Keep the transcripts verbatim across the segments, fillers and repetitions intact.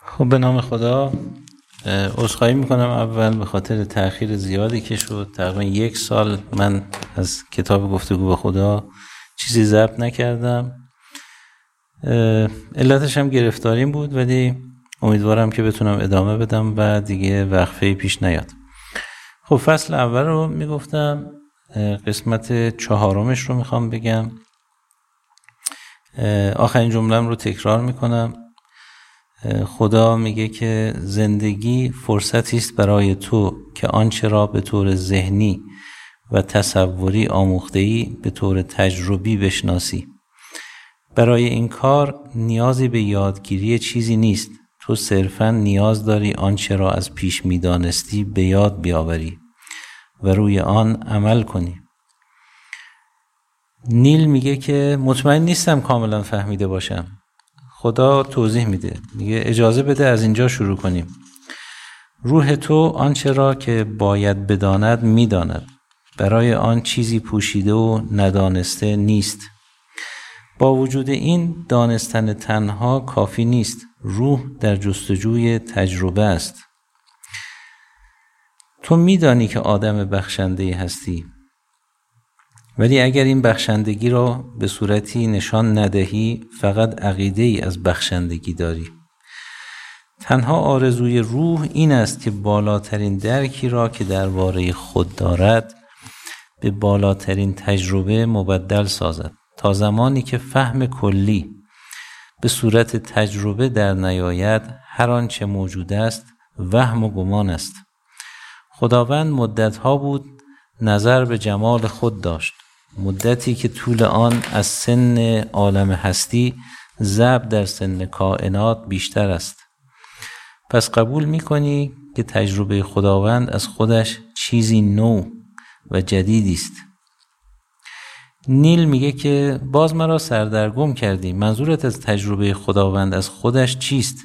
خب به نام خدا. عذرخواهی میکنم اول به خاطر تأخیر زیادی که شد. تقریبا یک سال من از کتاب گفتگو به خدا چیزی ضبط نکردم. علتش هم گرفتاریم بود، ولی امیدوارم که بتونم ادامه بدم و دیگه وقفه پیش نیاد. خب فصل اول رو میگفتم، قسمت چهارمش رو میخوام بگم. آخرین جمله‌ام رو تکرار میکنم. خدا میگه که زندگی فرصتی است برای تو که آنچه را به طور ذهنی و تصوری آموخته‌ای به طور تجربی بشناسی. برای این کار نیازی به یادگیری چیزی نیست. تو صرفاً نیاز داری آنچه را از پیش میدانستی به یاد بیاوری و روی آن عمل کنی. نیل میگه که مطمئن نیستم کاملا فهمیده باشم. خدا توضیح میده، میگه اجازه بده از اینجا شروع کنیم. روح تو آنچه را که باید بداند میداند. برای آن چیزی پوشیده و ندانسته نیست. با وجود این دانستن تنها کافی نیست. روح در جستجوی تجربه است. تو میدانی که آدم بخشنده‌ای هستی، ولی اگر این بخشندگی را به صورتی نشان ندهی فقط عقیده‌ای از بخشندگی داری. تنها آرزوی روح این است که بالاترین درکی را که درباره خود دارد به بالاترین تجربه مبدل سازد، تا زمانی که فهم کلی به صورت تجربه در نیاید هر آنچه موجود است وهم و گمان است. خداوند مدت‌ها بود نظر به جمال خود داشت، مدتی که طول آن از سن عالم هستی ضرب در سن کائنات بیشتر است. پس قبول می‌کنی که تجربه خداوند از خودش چیزی نو و جدیدی است. نیل میگه که باز مرا سردرگم کردی. منظورت از تجربه خداوند از خودش چیست؟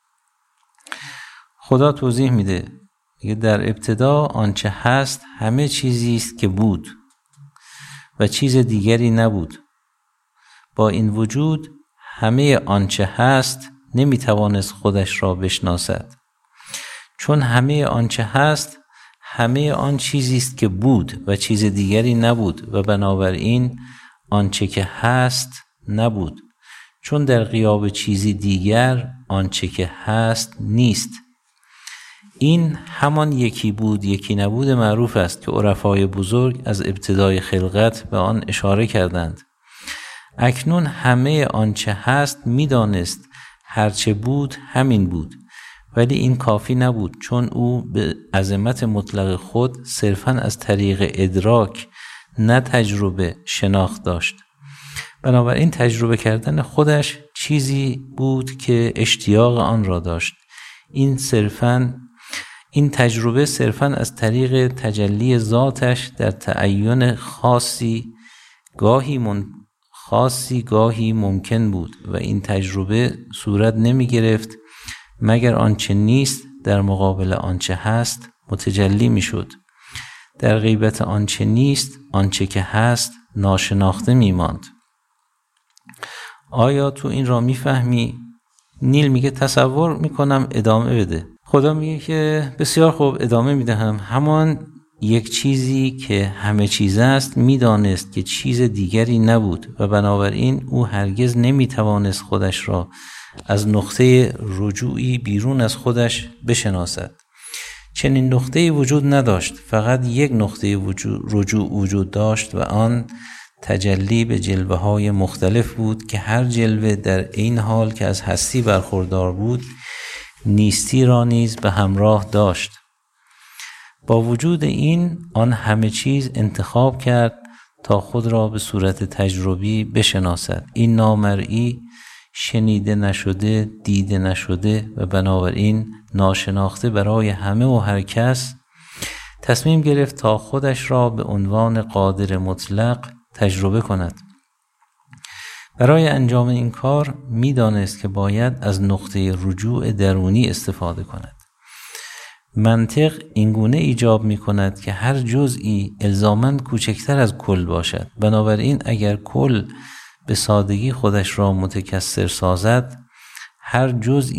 خدا توضیح میده، میگه در ابتدا آنچه هست همه چیزی است که بود و چیز دیگری نبود. با این وجود همه آنچه هست نمیتوانست خودش را بشناسد، چون همه آنچه هست همه آن چیزی است که بود و چیز دیگری نبود و بنابراین آنچه که هست نبود، چون در غیاب چیزی دیگر آنچه که هست نیست. این همان یکی بود یکی نبود معروف است که عرفای بزرگ از ابتدای خلقت به آن اشاره کردند. اکنون همه آنچه هست میدانست هرچه بود همین بود، ولی این کافی نبود، چون او به عظمت مطلق خود صرفاً از طریق ادراک نه تجربه شناخت داشت. بنابراین تجربه کردن خودش چیزی بود که اشتیاق آن را داشت. این صرفاً این تجربه صرفاً از طریق تجلی ذاتش در تعین خاصی گاهی من خاصی گاهی ممکن بود و این تجربه صورت نمی گرفت مگر آنچه نیست در مقابل آنچه هست متجلی می شد. در غیبت آنچه نیست آنچه که هست ناشناخته می ماند. آیا تو این را می فهمی؟ نیل میگه تصور می کنم ادامه بده. خدا میگه که بسیار خوب، ادامه میدهم. همان یک چیزی که همه چیز است میدانست که چیز دیگری نبود و بنابراین او هرگز نمیتوانست خودش را از نقطه رجوعی بیرون از خودش بشناسد. چنین نقطه‌ای وجود نداشت، فقط یک نقطه رجوع وجود داشت و آن تجلی به جلوه‌های مختلف بود که هر جلوه در این حال که از هستی برخوردار بود نیستی را نیز به همراه داشت. با وجود این آن همه چیز انتخاب کرد تا خود را به صورت تجربی بشناسد. این نامرئی، شنیده نشده، دیده نشده و بنابراین ناشناخته برای همه و هر کس تصمیم گرفت تا خودش را به عنوان قادر مطلق تجربه کند. برای انجام این کار می‌دانست که باید از نقطه رجوع درونی استفاده کند. منطق اینگونه ایجاب می‌کند که هر جزئی الزاماً کوچکتر از کل باشد. بنابراین اگر کل به سادگی خودش را متکثر سازد، هر جزئی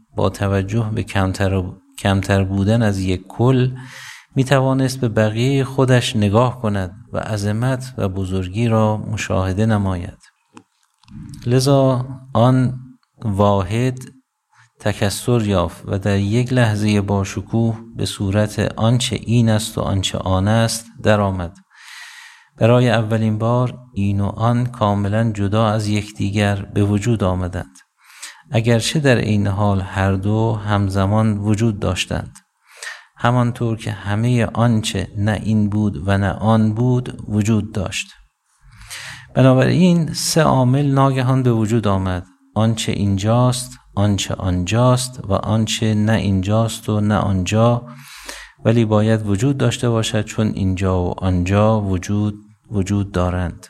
با توجه به کمتر, کمتر بودن از یک کل می توانست به بقیه خودش نگاه کند و عظمت و بزرگی را مشاهده نماید. لذا آن واحد تکثر یافت و در یک لحظه با شکوه به صورت آنچه این است و آنچه آن است در آمد. برای اولین بار این و آن کاملا جدا از یکدیگر به وجود آمدند، اگرچه در این حال هر دو همزمان وجود داشتند، همانطور که همه آنچه نه این بود و نه آن بود وجود داشت. بنابراین سه عامل ناگهان به وجود آمد: آنچه اینجاست، آنچه آنجاست و آنچه نه اینجاست و نه آنجا، ولی باید وجود داشته باشد چون اینجا و آنجا وجود وجود دارند.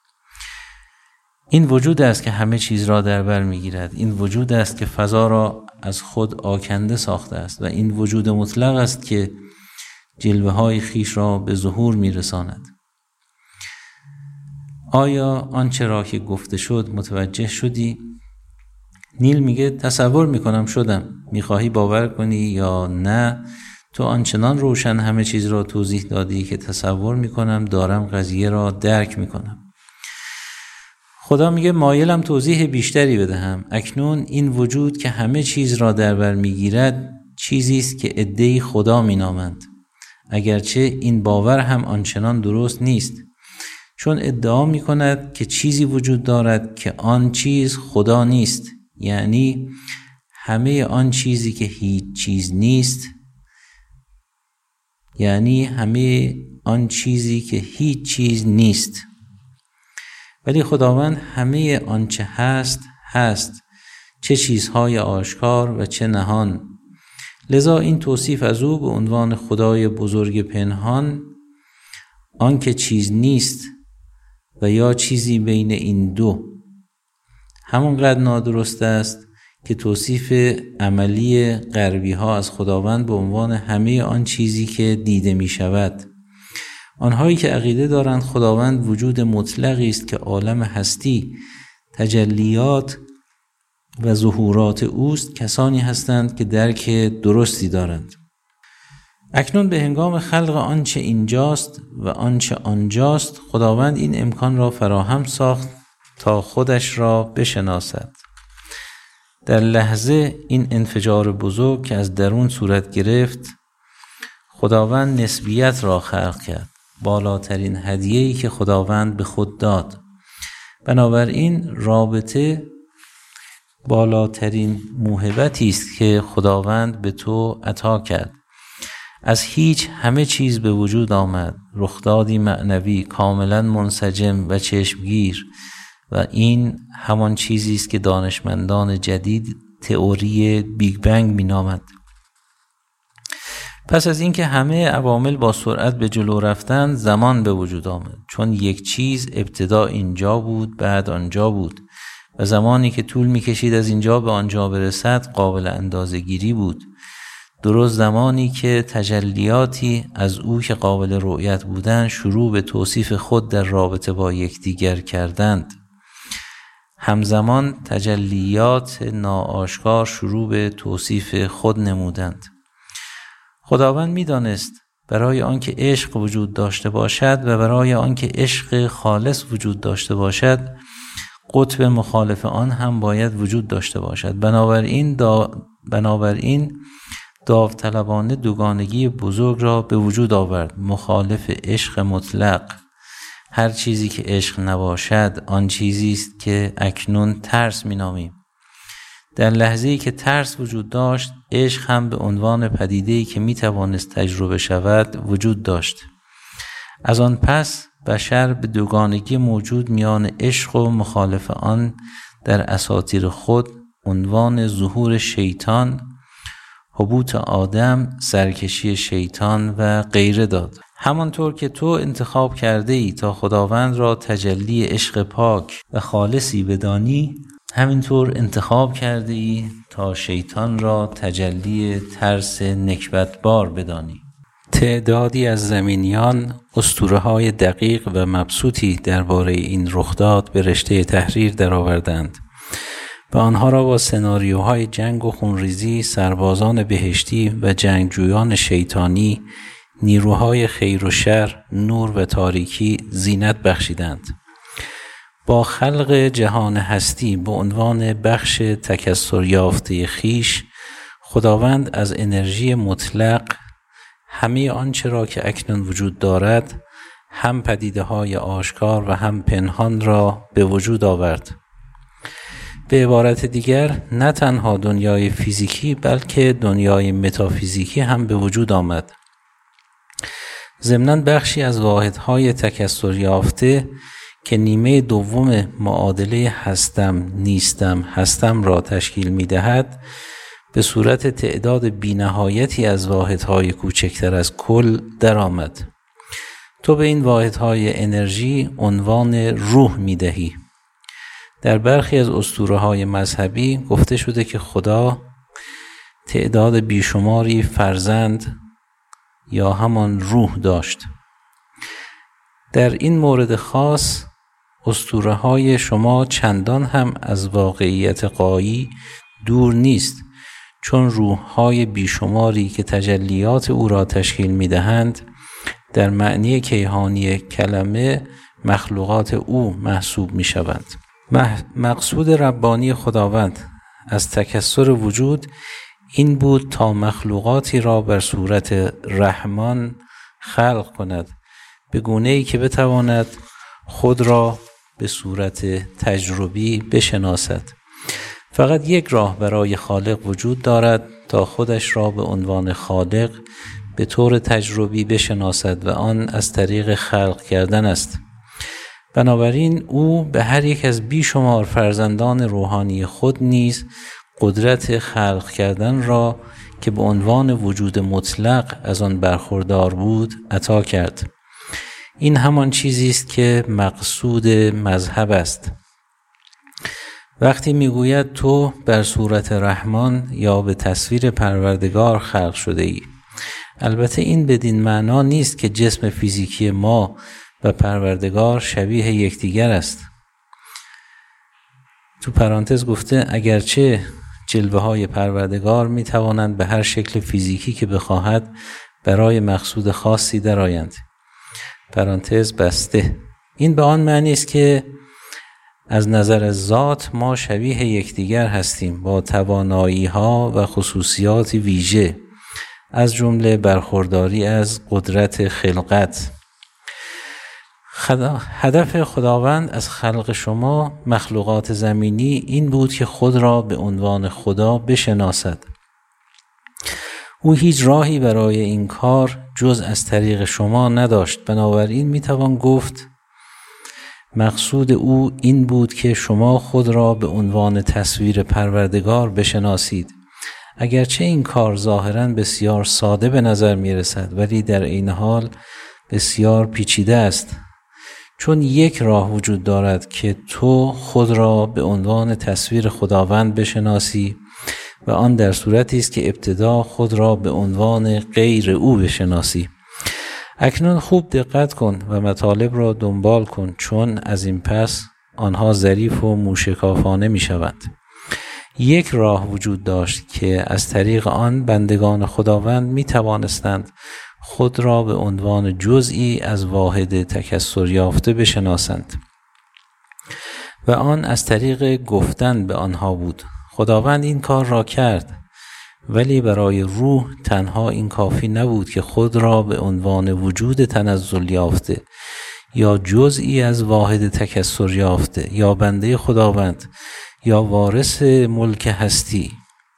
این وجود است که همه چیز را در بر میگیرد. این وجود است که فضا را از خود آکنده ساخته است و این وجود مطلق است که جلوه های خیش را به ظهور میرساند. آیا آنچه را که گفته شد متوجه شدی؟ نیل میگه تصور میکنم شدم. میخواهی باور کنی یا نه؟ تو آنچنان روشن همه چیز را توضیح دادی که تصور میکنم دارم قضیه را درک میکنم. خدا میگه مایلم توضیح بیشتری بدهم. اکنون این وجود که همه چیز را در بر میگیرد چیزی است که عده‌ای خدا مینامند، اگرچه این باور هم آنچنان درست نیست، چون ادعا میکند که چیزی وجود دارد که آن چیز خدا نیست. یعنی همه آن چیزی که هیچ چیز نیست، یعنی همه آن چیزی که هیچ چیز نیست، ولی خداوند همه آنچه هست هست، چه چیزهای آشکار و چه نهان. لذا این توصیف از او به عنوان خدای بزرگ پنهان، آن که چیز نیست و یا چیزی بین این دو، همونقدر نادرست است که توصیف عملی غربی ها از خداوند به عنوان همه آن چیزی که دیده می شود. آنهایی که عقیده دارند خداوند وجود مطلقی است که عالم هستی تجلیات و ظهورات اوست، کسانی هستند که درک درستی دارند. اکنون به هنگام خلق آنچه اینجاست و آنچه آنجاست، خداوند این امکان را فراهم ساخت تا خودش را بشناسد. در لحظه این انفجار بزرگ که از درون صورت گرفت، خداوند نسبیت را خلق کرد، بالاترین هدیه‌ای که خداوند به خود داد. بنابراین رابطه بالاترین موهبتی است که خداوند به تو عطا کرد. از هیچ همه چیز به وجود آمد، رخدادی معنوی کاملا منسجم و چشمگیر، و این همان چیزی است که دانشمندان جدید تئوری بیگ بنگ می‌نامند. پس از اینکه همه عوامل با سرعت به جلو رفتند، زمان به وجود آمد، چون یک چیز ابتدا اینجا بود بعد آنجا بود و زمانی که طول می‌کشید از اینجا به آنجا برسد قابل اندازه‌گیری بود. درست زمانی که تجلیاتی از او که قابل رؤیت بودند شروع به توصیف خود در رابطه با یکدیگر کردند، همزمان تجلیات ناآشکار شروع به توصیف خود نمودند. خداوند می‌دانست برای آنکه عشق وجود داشته باشد و برای آنکه عشق خالص وجود داشته باشد، قطب مخالف آن هم باید وجود داشته باشد. بنابراین دا بنابراین داوطلبانه دوگانگی بزرگ را به وجود آورد، مخالف عشق مطلق. هر چیزی که عشق نباشد آن چیزی است که اکنون ترس می‌نامیم. در لحظه‌ای که ترس وجود داشت، عشق هم به عنوان پدیده‌ای که می‌توانست تجربه شود وجود داشت. از آن پس بشر به دوگانگی موجود میان عشق و مخالف آن در اساطیر خود عنوان ظهور شیطان، حبوط آدم، سرکشی شیطان و غیره داد. همانطور که تو انتخاب کرده ای تا خداوند را تجلی عشق پاک و خالصی بدانی، همینطور انتخاب کرده ای تا شیطان را تجلی ترس نکبتبار بدانی. تعدادی از زمینیان اسطوره‌های دقیق و مبسوطی درباره این رخداد به رشته تحریر درآوردند و آنها را با سناریوهای جنگ و خونریزی، سربازان بهشتی و جنگجویان شیطانی، نیروهای خیر و شر، نور و تاریکی زینت بخشیدند. با خلق جهان هستی به عنوان بخش تکثر یافته خیش، خداوند از انرژی مطلق همه آنچه را که اکنون وجود دارد، هم پدیده های آشکار و هم پنهان را به وجود آورد. به عبارت دیگر، نه تنها دنیای فیزیکی بلکه دنیای متافیزیکی هم به وجود آمد. ضمناً بخشی از واحدهای تکثر یافته که نیمه دوم معادله هستم نیستم هستم را تشکیل می دهد، به صورت تعداد بی‌نهایتی از واحدهای کوچکتر از کل در آمد. تو به این واحدهای انرژی عنوان روح می دهی. در برخی از اسطوره‌های مذهبی گفته شده که خدا تعداد بیشماری فرزند یا همان روح داشت. در این مورد خاص اسطوره‌های شما چندان هم از واقعیت غایی دور نیست، چون روح‌های بیشماری که تجلیات او را تشکیل می‌دهند در معنی کیهانی کلمه مخلوقات او محسوب می‌شوند. مقصود ربانی خداوند از تکثر وجود این بود تا مخلوقاتی را بر صورت رحمان خلق کند، به گونه‌ای که بتواند خود را به صورت تجربی بشناسد. فقط یک راه برای خالق وجود دارد تا خودش را به عنوان خالق به طور تجربی بشناسد و آن از طریق خلق کردن است. بنابراین او به هر یک از بیشمار فرزندان روحانی خود نیز قدرت خلق کردن را که به عنوان وجود مطلق از آن برخوردار بود عطا کرد. این همان چیزی است که مقصود مذهب است. وقتی میگوید تو بر صورت رحمان یا به تصویر پروردگار خلق شده ای، البته این بدین معنا نیست که جسم فیزیکی ما و پروردگار شبیه یکدیگر است. تو پرانتز گفته اگرچه جلوه های پروردگار می توانند به هر شکل فیزیکی که بخواهد برای مقصود خاصی درآیند. پرانتز بسته. این به آن معنی است که از نظر ذات ما شبیه یکدیگر هستیم با توانایی ها و خصوصیات ویژه، از جمله برخورداری از قدرت خلقت. خدا... هدف خداوند از خلق شما مخلوقات زمینی این بود که خود را به عنوان خدا بشناسد. او هیچ راهی برای این کار جز از طریق شما نداشت. بنابراین میتوان گفت مقصود او این بود که شما خود را به عنوان تصویر پروردگار بشناسید. اگرچه این کار ظاهراً بسیار ساده به نظر میرسد، ولی در این حال بسیار پیچیده است، چون یک راه وجود دارد که تو خود را به عنوان تصویر خداوند بشناسی و آن در صورتی است که ابتدا خود را به عنوان غیر او بشناسی. اکنون خوب دقت کن و مطالب را دنبال کن، چون از این پس آنها ظریف و موشکافانه می شوند. یک راه وجود داشت که از طریق آن بندگان خداوند می توانستند خود را به عنوان جزئی از واحد تکثر یافته بشناسند و آن از طریق گفتن به آنها بود. خداوند این کار را کرد، ولی برای روح تنها این کافی نبود که خود را به عنوان وجود تنزل یافته یا جزئی از واحد تکثر یافته یا بنده خداوند یا وارث ملک هستی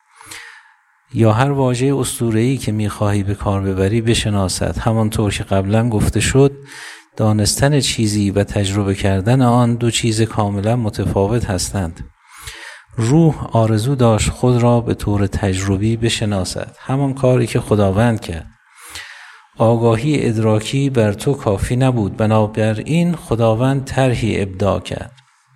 یا هر واژه اسطوره‌ای که می‌خواهی به کار ببری بشناسد. همانطور که قبلا گفته شد، دانستن چیزی و تجربه کردن آن دو چیز کاملا متفاوت هستند. روح آرزو داشت خود را به طور تجربی بشناسد، همان کاری که خداوند کرد. آگاهی ادراکی بر تو کافی نبود، بنابراین خداوند طرحی ابداع کرد.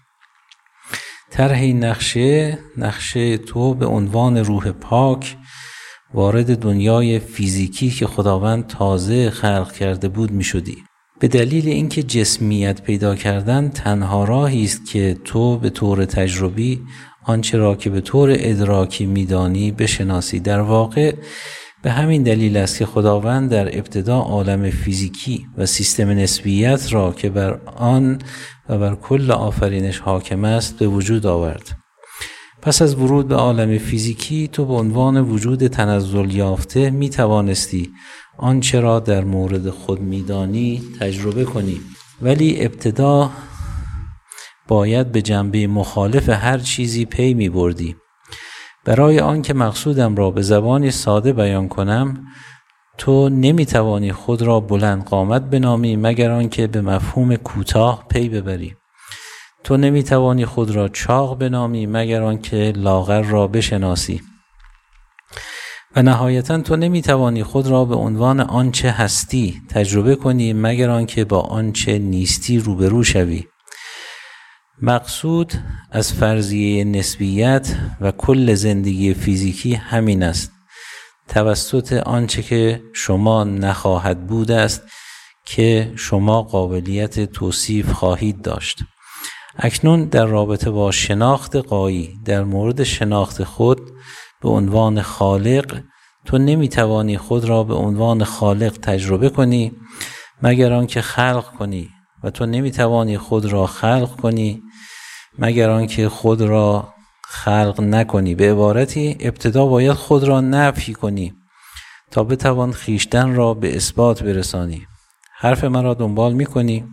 طرحی نقشه نقشه تو به عنوان روح پاک وارد دنیای فیزیکی که خداوند تازه خلق کرده بود می شدی. به دلیل اینکه جسمیت پیدا کردن تنها راهی است که تو به طور تجربی آنچه را که به طور ادراکی میدانی بشناسی. در واقع به همین دلیل است که خداوند در ابتدا عالم فیزیکی و سیستم نسبیت را که بر آن و بر کل آفرینش حاکم است به وجود آورد. پس از ورود به عالم فیزیکی تو به عنوان وجود تنزل یافته می توانستی آنچه را در مورد خود میدانی تجربه کنی، ولی ابتدا باید به جنبه مخالف هر چیزی پی می بردی. برای آنکه مقصودم را به زبانی ساده بیان کنم، تو نمی توانی خود را بلند قامت بنامی مگر آنکه به مفهوم کوتاه پی ببری. تو نمی توانی خود را چاق بنامی مگر آنکه لاغر را بشناسی. و نهایتاً تو نمی توانی خود را به عنوان آنچه هستی تجربه کنی مگر آنکه با آنچه نیستی روبرو شوی. مقصود از فرضیه نسبیت و کل زندگی فیزیکی همین است. توسط آنچه که شما نخواهد بود است که شما قابلیت توصیف خواهید داشت. اکنون در رابطه با شناخت غایی در مورد شناخت خود به عنوان خالق، تو نمیتوانی خود را به عنوان خالق تجربه کنی مگر آنکه خلق کنی، و تو نمیتوانی خود را خلق کنی مگر آنکه خود را خلق نکنی. به عبارتی ابتدا باید خود را نفی کنی تا بتوان خویشتن را به اثبات برسانی. حرف من را دنبال میکنی؟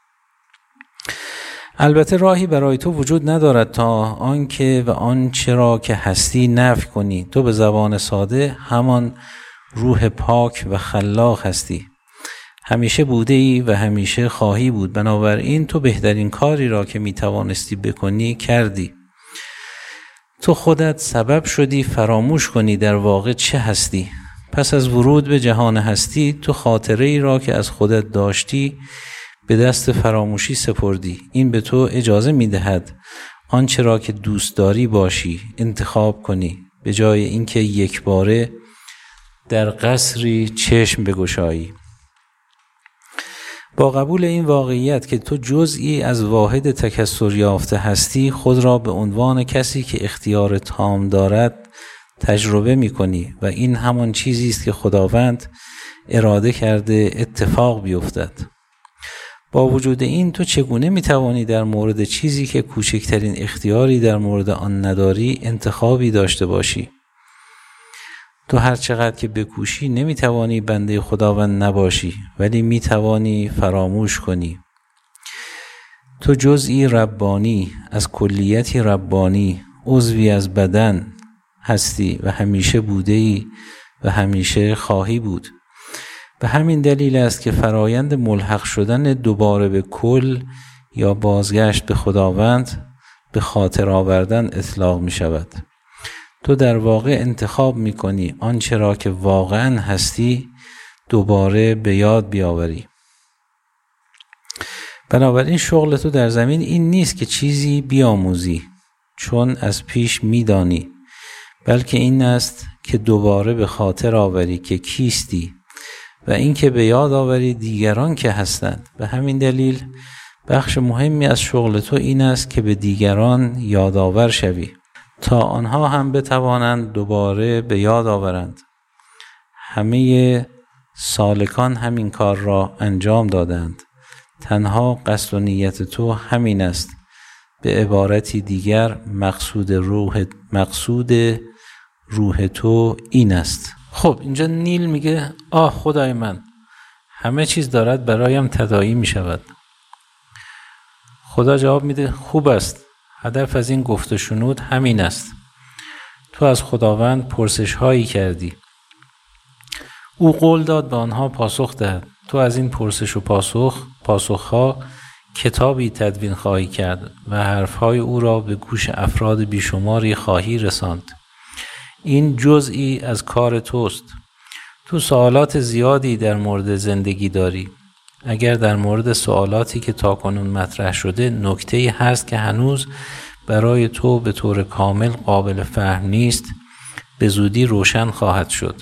البته راهی برای تو وجود ندارد تا آنکه و آنچه را که هستی نفی کنی. تو به زبان ساده همان روح پاک و خلاق هستی. همیشه بوده ای و همیشه خواهی بود. بنابراین تو بهترین کاری را که می توانستی بکنی کردی. تو خودت سبب شدی فراموش کنی در واقع چه هستی. پس از ورود به جهان هستی تو خاطره ای را که از خودت داشتی به دست فراموشی سپردی. این به تو اجازه می دهد آنچه را که دوست داری باشی انتخاب کنی به جای اینکه یک باره در قصری چشم بگشایی. با قبول این واقعیت که تو جزئی از واحد تکثر یافته هستی، خود را به عنوان کسی که اختیار تام دارد تجربه می کنی و این همان چیزی است که خداوند اراده کرده اتفاق بیفتد. با وجود این تو چگونه می توانی در مورد چیزی که کوچکترین اختیاری در مورد آن نداری انتخابی داشته باشی؟ تو هر چقدر که بکوشی نمی توانی بنده خداوند نباشی، ولی می توانی فراموش کنی. تو جزئی ربانی از کلیتی ربانی، عضوی از بدن هستی و همیشه بوده ای و همیشه خواهی بود. به همین دلیل است که فرایند ملحق شدن دوباره به کل یا بازگشت به خداوند به خاطر آوردن اطلاق می شود. تو در واقع انتخاب می کنی آنچه را که واقعا هستی دوباره به یاد بیاوری. بنابراین شغل تو در زمین این نیست که چیزی بیاموزی چون از پیش می دانی، بلکه این است که دوباره به خاطر آوری که کیستی و این که به یاد آوری دیگران که هستند. به همین دلیل بخش مهمی از شغل تو این است که به دیگران یادآور شوی تا آنها هم بتوانند دوباره به یاد آورند. همه سالکان همین کار را انجام دادند. تنها قصد و نیت تو همین است. به عبارتی دیگر مقصود روح مقصود روح تو این است. خب اینجا نیل میگه آه خدای من، همه چیز دارد برایم تداعی می شود. خدا جواب میده خوب است، هدف از این گفت و شنود همین است. تو از خداوند پرسش هایی کردی، او قول داد به آنها پاسخ دهد. تو از این پرسش و پاسخ پاسخها کتابی تدوین خواهی کرد و حرفهای او را به گوش افراد بیشماری خواهی رساند. این جزئی از کار توست. تو سوالات زیادی در مورد زندگی داری. اگر در مورد سوالاتی که تاکنون مطرح شده نکته‌ای هست که هنوز برای تو به طور کامل قابل فهم نیست، به زودی روشن خواهد شد.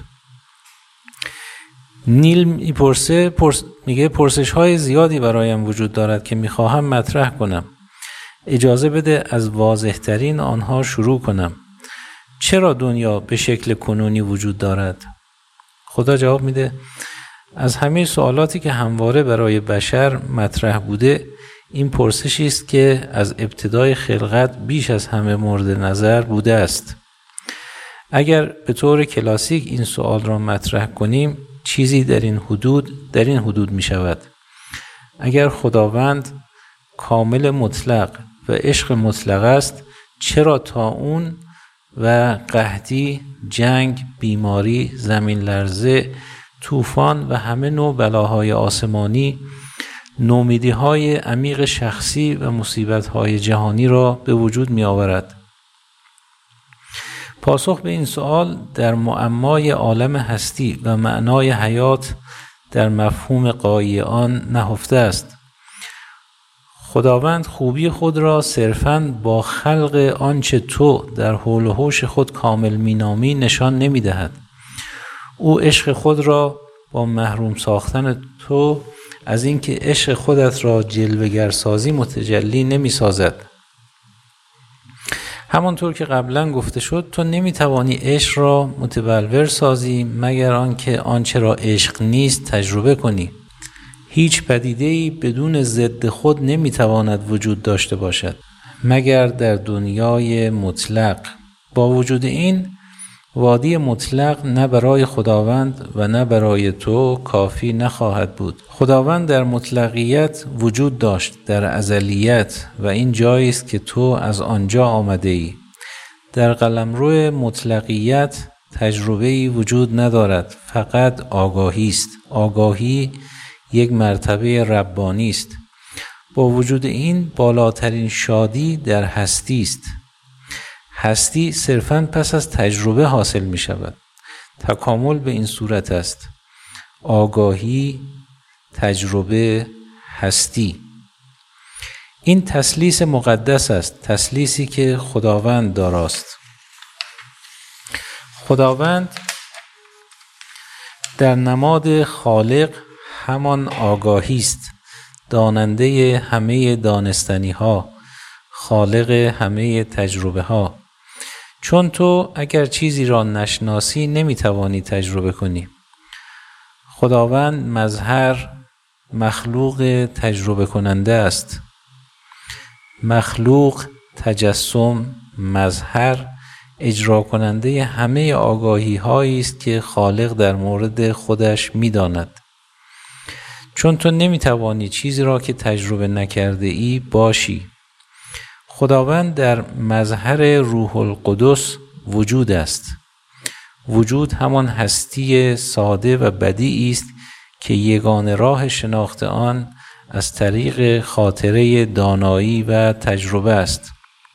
نیل میپرسه پرس... میگه پرسش های زیادی برایم وجود دارد که میخواهم مطرح کنم. اجازه بده از واضح ترین آنها شروع کنم. چرا دنیا به شکل کنونی وجود دارد؟ خدا جواب میده از همه سوالاتی که همواره برای بشر مطرح بوده، این پرسشی است که از ابتدای خلقت بیش از همه مورد نظر بوده است. اگر به طور کلاسیک این سوال را مطرح کنیم، چیزی در این حدود در این حدود می شود: اگر خداوند کامل مطلق و عشق مطلق است، چرا طاعون و قحطی، جنگ، بیماری، زمین لرزه، طوفان و همه نوع بلاهای آسمانی، نومیدی‌های عمیق شخصی و مصیبت‌های جهانی را به وجود می‌آورد؟ پاسخ به این سوال در معمای عالم هستی و معنای حیات در مفهوم غایی آن نهفته است. خداوند خوبی خود را صرفاً با خلق آنچه تو در حول و حوش خود کامل مینامی نشان نمی‌دهد. او عشق خود را با محروم ساختن تو از اینکه عشق خودت را جلوه‌گر سازی متجلی نمی‌سازد. همانطور که قبلا گفته شد، تو نمی‌توانی عشق را متبلور سازی مگر آنکه آنچه را عشق نیست تجربه کنی. هیچ پدیده‌ای بدون ضد خود نمی‌تواند وجود داشته باشد مگر در دنیای مطلق. با وجود این، وادی مطلق نه برای خداوند و نه برای تو کافی نخواهد بود. خداوند در مطلقیت وجود داشت، در ازلیت، و این جایی است که تو از آنجا آمده ای. در قلمرو مطلقیت تجربه‌ای وجود ندارد، فقط آگاهی است. آگاهی یک مرتبه ربانی است. با وجود این، بالاترین شادی در هستی است. هستی صرفاً پس از تجربه حاصل می شود. تکامل به این صورت است: آگاهی، تجربه، هستی. این تثلیث مقدس است، تثلیثی که خداوند داراست. خداوند در نماد خالق همان آگاهی است، داننده همه دانستنی ها، خالق همه تجربه ها. چون تو اگر چیزی را نشناسی نمیتوانی تجربه کنی. خداوند مظهر، مخلوق تجربه کننده است. مخلوق، تجسم، مظهر، اجرا کننده همه آگاهی هایی است که خالق در مورد خودش میداند. چون تو نمیتوانی چیزی را که تجربه نکرده ای باشی. خداوند در مظهر روح القدس وجود است. وجود همان هستی ساده و بدیعی است که یگانه راه شناخت آن از طریق خاطره دانایی و تجربه است.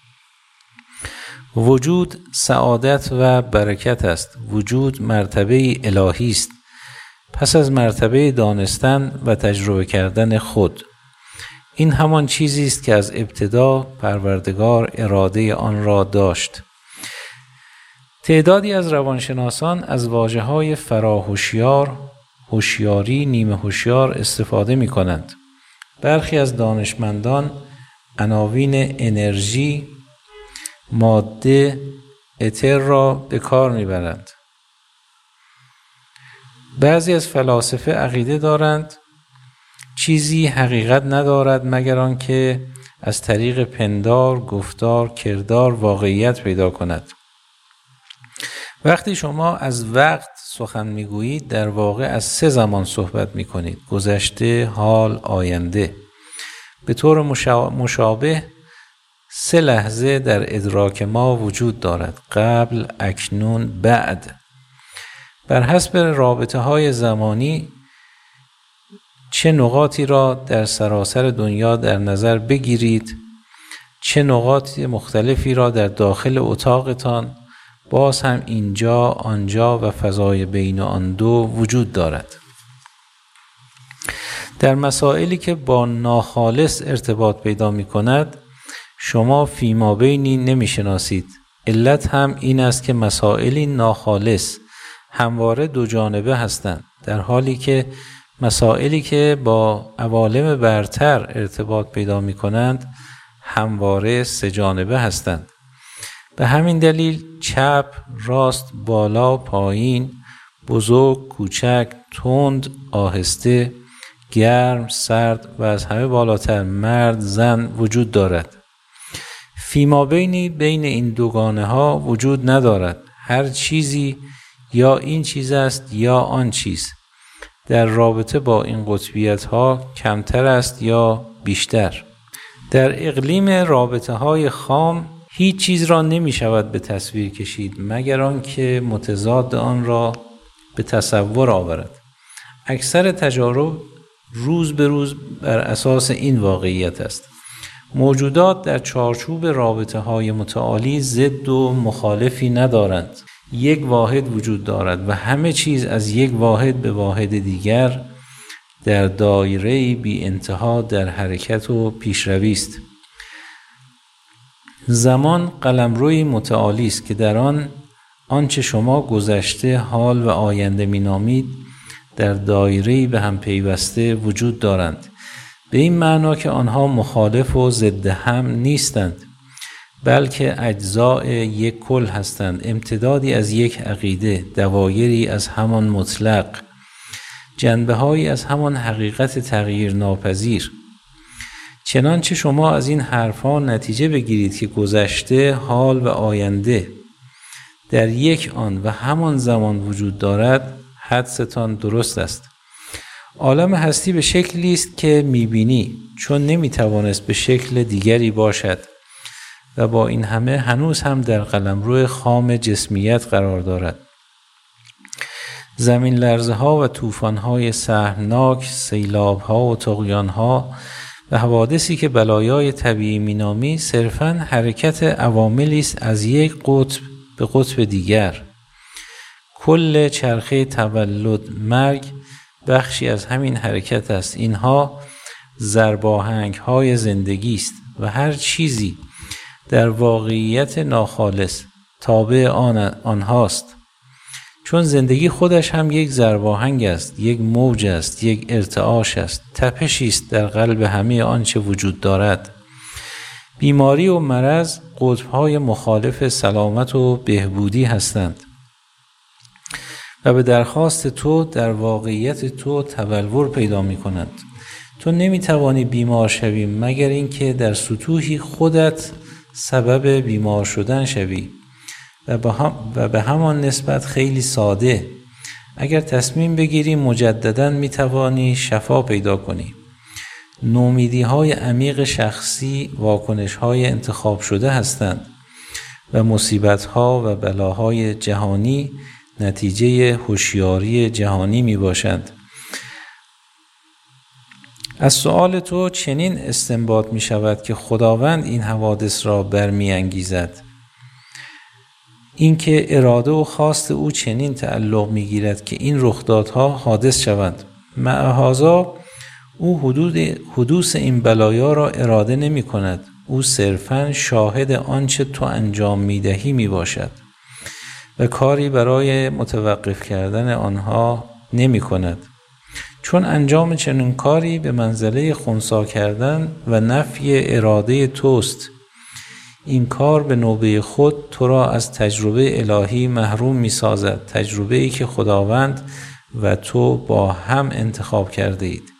وجود سعادت و برکت است. وجود مرتبه الهی است، پس از مرتبه دانستن و تجربه کردن خود. این همان چیزی است که از ابتدا پروردگار اراده آن را داشت. تعدادی از روانشناسان از واژه‌های فراهوشیار، هوشیاری، نیمه هوشیار استفاده می‌کنند. برخی از دانشمندان عناوین انرژی، ماده، اتر را به کار می‌برند. بعضی از فلاسفه عقیده دارند چیزی حقیقت ندارد مگر آنکه از طریق پندار، گفتار، کردار واقعیت پیدا کند. وقتی شما از وقت سخن میگویید، در واقع از سه زمان صحبت میکنید: گذشته، حال، آینده. به طور مشابه سه لحظه در ادراک ما وجود دارد: قبل، اکنون، بعد. بر حسب رابطه های زمانی چه نقاطی را در سراسر دنیا در نظر بگیرید، چه نقاط مختلفی را در داخل اتاقتان، باز هم اینجا، آنجا و فضای بین آن دو وجود دارد. در مسائلی که با ناخالص ارتباط پیدا می کند، شما فیما بینی نمی شناسید. علت هم این است که مسائلی ناخالص همواره دو جانبه هستند، در حالی که مسائلی که با عوالم برتر ارتباط پیدا می کنند همواره سه جانبه هستند. به همین دلیل چپ، راست، بالا، پایین، بزرگ، کوچک، تند، آهسته، گرم، سرد و از همه بالاتر مرد، زن وجود دارد. فیما بینی بین این دوگانه ها وجود ندارد. هر چیزی یا این چیز است یا آن چیز. در رابطه با این قطبیت ها کمتر است یا بیشتر. در اقلیم رابطه های خام هیچ چیز را نمی شود به تصویر کشید مگر آنکه متضاد آن را به تصور آورد. اکثر تجارب روز به روز بر اساس این واقعیت است. موجودات در چارچوب رابطه های متعالی ضد و مخالفی ندارند. یک واحد وجود دارد و همه چیز از یک واحد به واحد دیگر در دایره بی انتها در حرکت و پیشروی است. زمان قلمروی متعالی است که در آن آنچه شما گذشته، حال و آینده می‌نامید در دایره‌ای به هم پیوسته وجود دارند. به این معنا که آنها مخالف و ضد هم نیستند، بلکه اجزاء یک کل هستند، امتدادی از یک عقیده، دوایری از همان مطلق، جنبه‌هایی از همان حقیقت تغییر ناپذیر. چنانچه شما از این حرفها نتیجه بگیرید که گذشته، حال و آینده در یک آن و همان زمان وجود دارد، حدستان درست است. عالم هستی به شکلی است که می‌بینی، چون نمی‌توانست به شکل دیگری باشد و با این همه هنوز هم در قلمرو خام جسمیت قرار دارد. زمین لرزه ها و طوفان های سهمناک، سیلاب ها و طغیان ها و حوادثی که بلایای طبیعی مینامی صرفاً حرکت عواملی است از یک قطب به قطب دیگر. کل چرخه تولد مرگ بخشی از همین حرکت است. اینها ضرباهنگ های زندگی است و هر چیزی در واقعیت ناخالص تابع آن آنهاست. چون زندگی خودش هم یک ضرباهنگ است، یک موج است، یک ارتعاش است، تپشی است در قلب همه آنچه وجود دارد. بیماری و مرض قطب‌های مخالف سلامت و بهبودی هستند و به درخواست تو در واقعیت تو تبلور پیدا می‌کنند. تو نمی‌توانی بیمار شوی مگر اینکه در سطوحی خودت سبب بیمار شدن شوی و به هم و به همان نسبت خیلی ساده. اگر تصمیم بگیری مجدداً می‌توانی شفا پیدا کنی. نومیدی‌های عمیق شخصی واکنش‌های انتخاب شده هستند و مصیبت‌ها و بلاهای جهانی نتیجه هوشیاری جهانی میباشند. از سؤال تو چنین استنباط می شود که خداوند این حوادث را برمی انگیزد. اینکه اراده و خواست او چنین تعلق می گیرد که این رخدادها حادث شوند. مع هذا او حدود حدوث این بلایا را اراده نمی کند. او صرفاً شاهد آنچه تو انجام می دهی می باشد و کاری برای متوقف کردن آنها نمی کند. چون انجام چنین کاری به منزله خنثی کردن و نفی اراده توست. این کار به نوبه خود تو را از تجربه الهی محروم می سازد، تجربه ای که خداوند و تو با هم انتخاب کرده اید.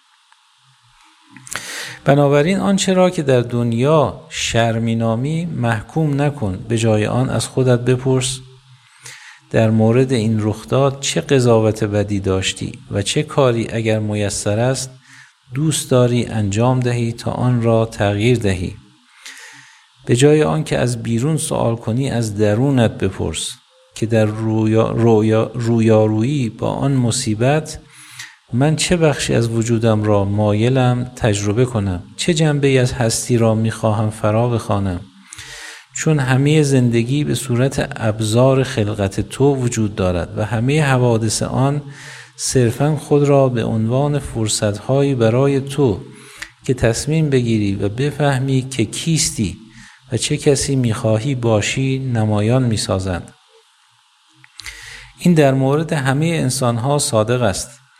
بنابراین آنچه را که در دنیا شر می نامی محکوم نکن، به جای آن از خودت بپرس در مورد این رخداد چه قضاوت بدی داشتی و چه کاری اگر میسر است دوست داری انجام دهی تا آن را تغییر دهی. به جای آن که از بیرون سوال کنی از درونت بپرس که در رویا رویا رویارویی با آن مصیبت من چه بخشی از وجودم را مایلم تجربه کنم، چه جنبه‌ای از هستی را می‌خواهم فرا بخوانم. چون همه زندگی به صورت ابزار خلقت تو وجود دارد و همه حوادث آن صرفاً خود را به عنوان فرصت‌هایی برای تو که تصمیم بگیری و بفهمی که کیستی و چه کسی می‌خواهی باشی نمایان می‌سازند. این در مورد همه انسان‌ها صادق است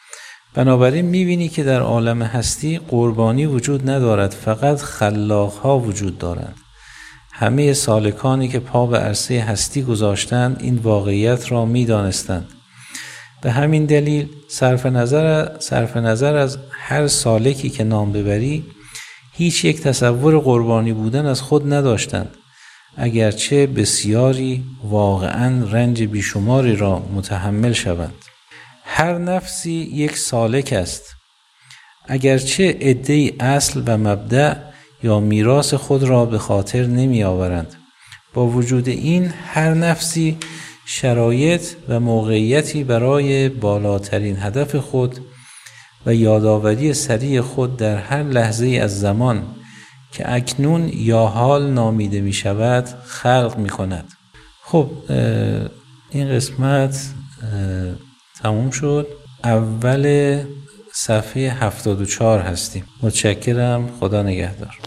بنابراین میبینی که در عالم هستی قربانی وجود ندارد، فقط خلاقها وجود دارند. همه سالکانی که پا به عرصه هستی گذاشتند این واقعیت را میدانستند. به همین دلیل صرف نظر, صرف نظر از هر سالکی که نام ببری هیچ یک تصور قربانی بودن از خود نداشتند، اگرچه بسیاری واقعاً رنج بیشماری را متحمل شوند. هر نفسی یک سالک است، اگرچه عده‌ای اصل و مبدأ یا میراث خود را به خاطر نمی آورند. با وجود این هر نفسی شرایط و موقعیتی برای بالاترین هدف خود و یادآوری سریع خود در هر لحظه از زمان که اکنون یا حال نامیده می شود خلق می کند. خب این قسمت تموم شد. اول صفحه هفتاد و چهار هستیم. متشکرم. خدا نگهدار.